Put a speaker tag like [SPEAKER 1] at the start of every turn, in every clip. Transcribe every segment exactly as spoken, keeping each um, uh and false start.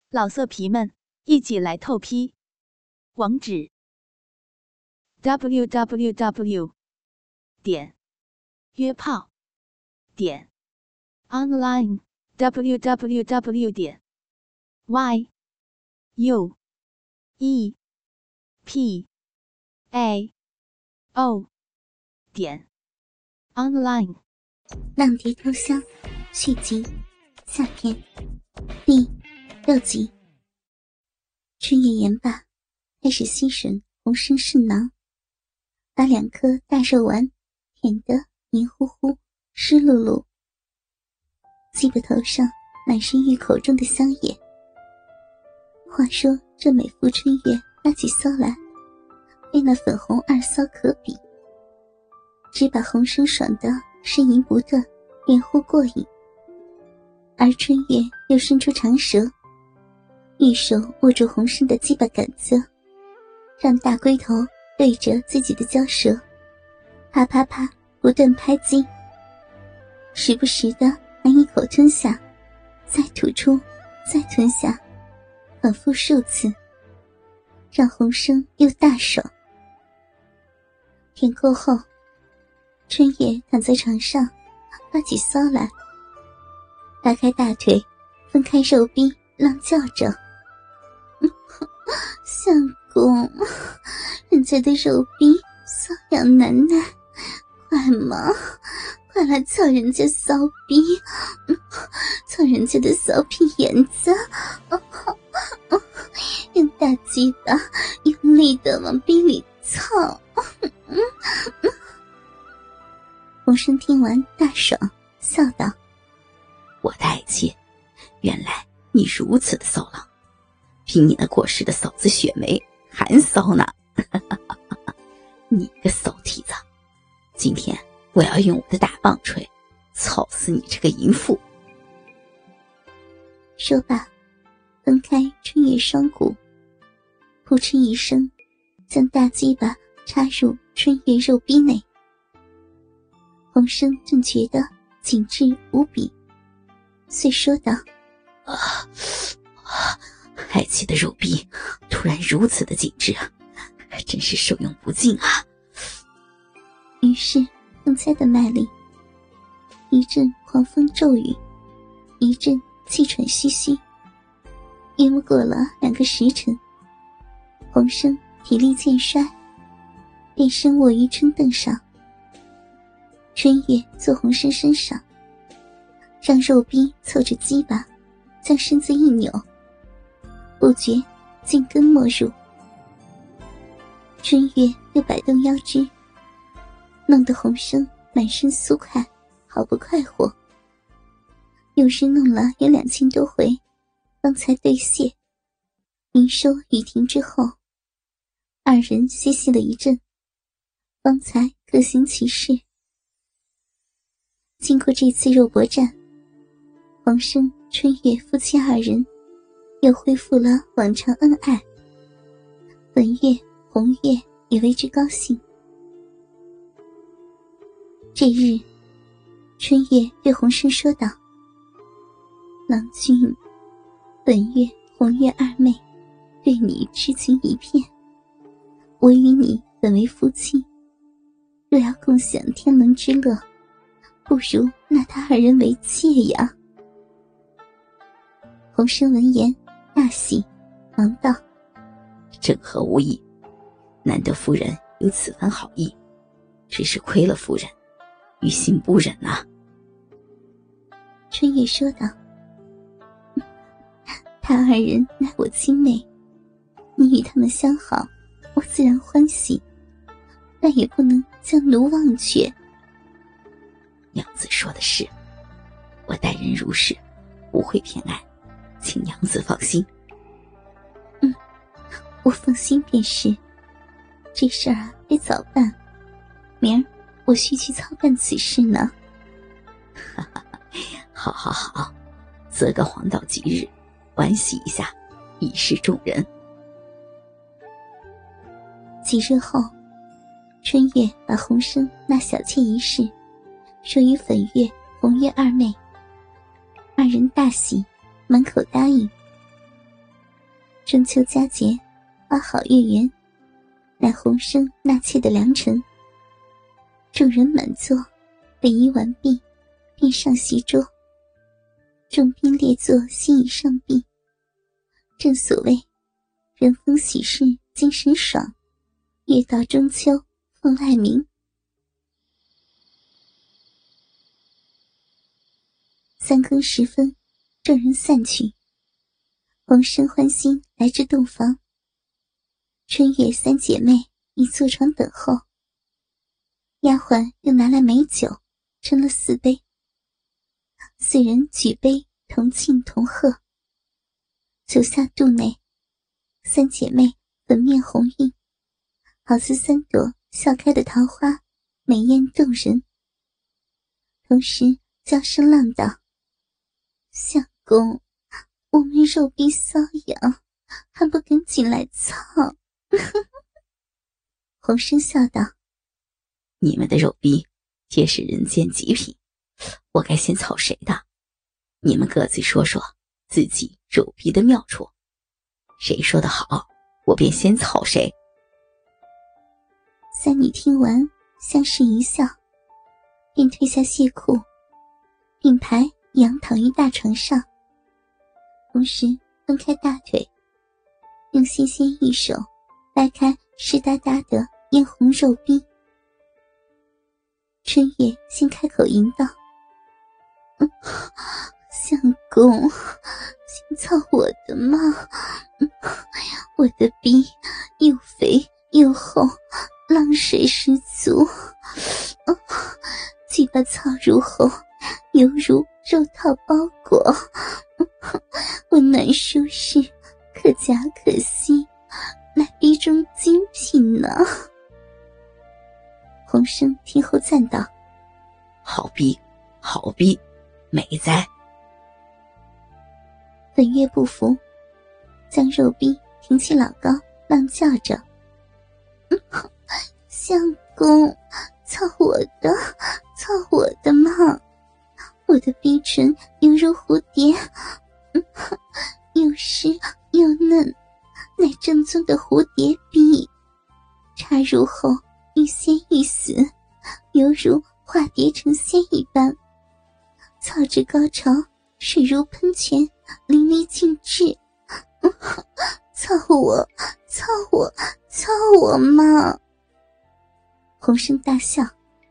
[SPEAKER 1] 老色皮们，一起来透批！网址 ：double u double u double u 点约炮点 online w w w 点 y u e p a o 点 online。
[SPEAKER 2] 浪蝶飘香续集下篇第六集。春夜言罢，开始吸吮红参肾囊，把两颗大肉丸舔得黏糊糊湿漉漉，鸡巴头上满是玉口中的香液。话说这美妇春月拉起骚来，非那粉红二骚可比，只把红参爽得呻吟不断，连呼过瘾。而春月又伸出长舌，玉手握住红参的鸡巴杆子，让大龟头对着自己的娇舌啪啪啪不断拍击，时不时的含一口吞下，再吐出，再吞下，反复数次，让红参又大爽。舔够后，春月躺在床上发起骚来，打开大腿，分开肉壁，浪叫着：相公，人家的肉壁瘙痒难耐，快嘛，快来操人家骚逼，操人家的骚屁眼子，用大鸡巴用力的往逼里操。红参听完大爽，笑道：
[SPEAKER 3] 我的爱妾，原来你如此的骚浪，比你那过世的嫂子雪梅还骚呢。你个骚蹄子，今天我要用我的大棒槌操死你这个淫妇。
[SPEAKER 2] 说罢，分开春月双骨，扑哧一声，将大鸡巴插入春月肉逼内。红参正觉得紧致无比，遂说道：
[SPEAKER 3] 啊啊，爱妻的肉壁突然如此的紧致啊，真是受用不尽啊。
[SPEAKER 2] 于是更加的卖力，一阵狂风骤雨，一阵气喘吁吁。约莫过了两个时辰，红参体力渐衰，便身卧于春凳上。春月坐红参身上，让肉逼凑着鸡巴，将身子一扭，不觉进根没入。春月又摆动腰肢，弄得红参满身酥快，好不快活。又是弄了有两千多回，方才对谢。云收雨停之后，二人歇息了一阵，方才各行其事。经过这次肉搏战，黄生、春月夫妻二人又恢复了往常恩爱。本月、红月也为之高兴。这日，春月对红生说道：郎君，本月、红月二妹对你痴情一片，我与你本为夫妻，若要共享天伦之乐，不如纳他二人为妾呀。红生闻言大喜，忙道：
[SPEAKER 3] 正合无意，难得夫人有此番好意，只是亏了夫人，于心不忍啊。
[SPEAKER 2] 春月说道：他二人乃我亲妹，你与他们相好，我自然欢喜，但也不能将奴忘却。
[SPEAKER 3] 娘子说的是，我待人如是，不会偏爱，请娘子放心。
[SPEAKER 2] 嗯，我放心便是。这事儿啊，得早办，明儿我须去操办此事呢。
[SPEAKER 3] 好好好，择个黄道吉日，欢喜一下，以示众人。
[SPEAKER 2] 几日后，春月把红参那小妾一事说与粉月、红月二妹，二人大喜，满口答应。 中秋佳节，花好月圆，乃洪生纳妾的良辰。众人满座，备仪完毕，便上席桌。众宾列坐席椅上壁。正所谓人逢喜事精神爽，月到中秋分外明。三更时分，众人散去。洪生欢欣来至洞房，春月三姐妹已坐床等候。丫鬟又拿来美酒，斟了四杯。四人举杯同庆同贺。酒下肚内，三姐妹粉面红晕，好似三朵笑开的桃花，美艳动人。同时娇声浪道：相公，我们肉逼瘙痒，还不赶紧来操？洪生笑道：
[SPEAKER 3] 你们的肉逼皆是人间极品，我该先操谁的？你们各自说说自己肉逼的妙处，谁说得好，我便先操谁。
[SPEAKER 2] 三女听完，相视一笑，便褪下亵裤，并排仰躺于大床上，同时分开大腿，用纤纤玉手掰开湿哒哒的嫣红肉逼。春月先开口吟道：嗯，相公，先操我的嘛，嗯，我的逼又肥又厚，浪水十足，嗯，鸡巴操入后犹如肉套包裹，嗯，温暖舒适，可夹可吸，乃逼中精品呢。洪生听后赞道：
[SPEAKER 3] 好逼，好逼，美哉！
[SPEAKER 2] 粉月不服，将肉逼挺起老高，浪叫着：嗯，相公，操我的，操我的嘛！我的逼唇犹如蝴蝶，嗯，又湿又嫩，乃正宗的蝴蝶逼，插入后欲仙欲死，犹如化蝶成仙一般。操至高潮，水如喷泉，淋漓尽致。嗯，操我，操我，操我嘛！洪生大笑：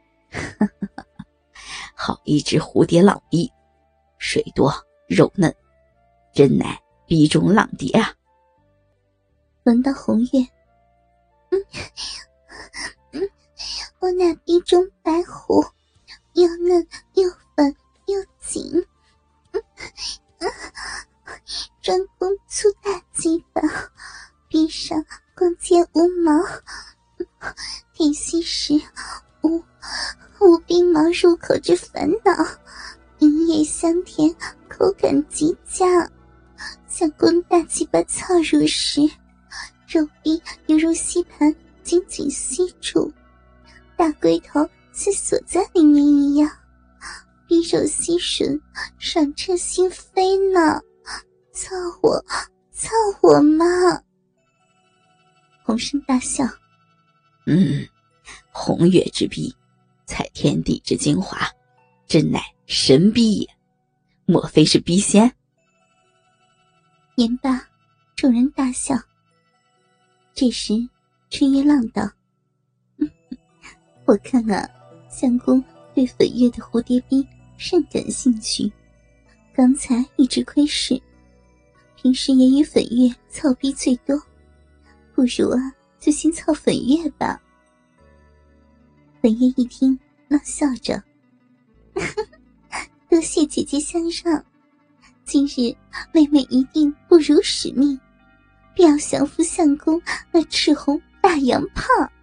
[SPEAKER 3] 好一只蝴蝶浪逼，水多肉嫩，真乃逼中浪蝶啊！
[SPEAKER 2] 轮到红月：嗯嗯，我那逼中白虎，又嫩又粉又紧，嗯嗯，专攻粗大鸡巴，逼上光洁无毛，嗯，舔吸时无无逼毛入口之烦恼，营液香甜，口感极佳。相公大鸡巴操入时，肉逼犹如吸盘紧紧吸住，大龟头似锁在里面一样，逼肉吸吮，爽彻心扉呢。操我，操我嘛！洪生大笑：
[SPEAKER 3] 嗯，红月之逼，采天地之精华，真乃神逼也，莫非是逼仙？
[SPEAKER 2] 言罢，众人大笑。这时春月浪道：嗯，我看啊，相公对粉月的蝴蝶逼甚感兴趣，刚才一直窥视，平时也与粉月操逼最多，不如啊就先操粉月吧。粉月一听，浪笑着：多谢姐姐相让，今日妹妹一定不辱使命，必要降服相公那赤红大洋炮。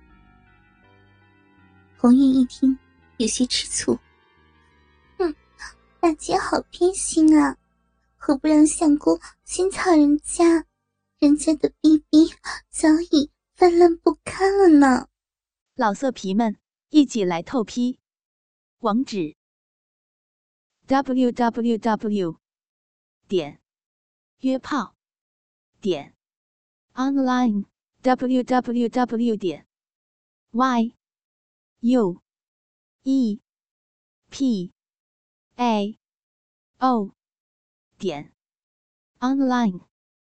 [SPEAKER 2] 红玉一听，有些吃醋：嗯，大姐好偏心啊，何不让相公先操人家，人家的逼逼早已泛滥不堪了呢。
[SPEAKER 1] 老色皮们，一起来透批！网址 ：double u double u double u 点约炮点 online www 点 y u e p a o 点 online。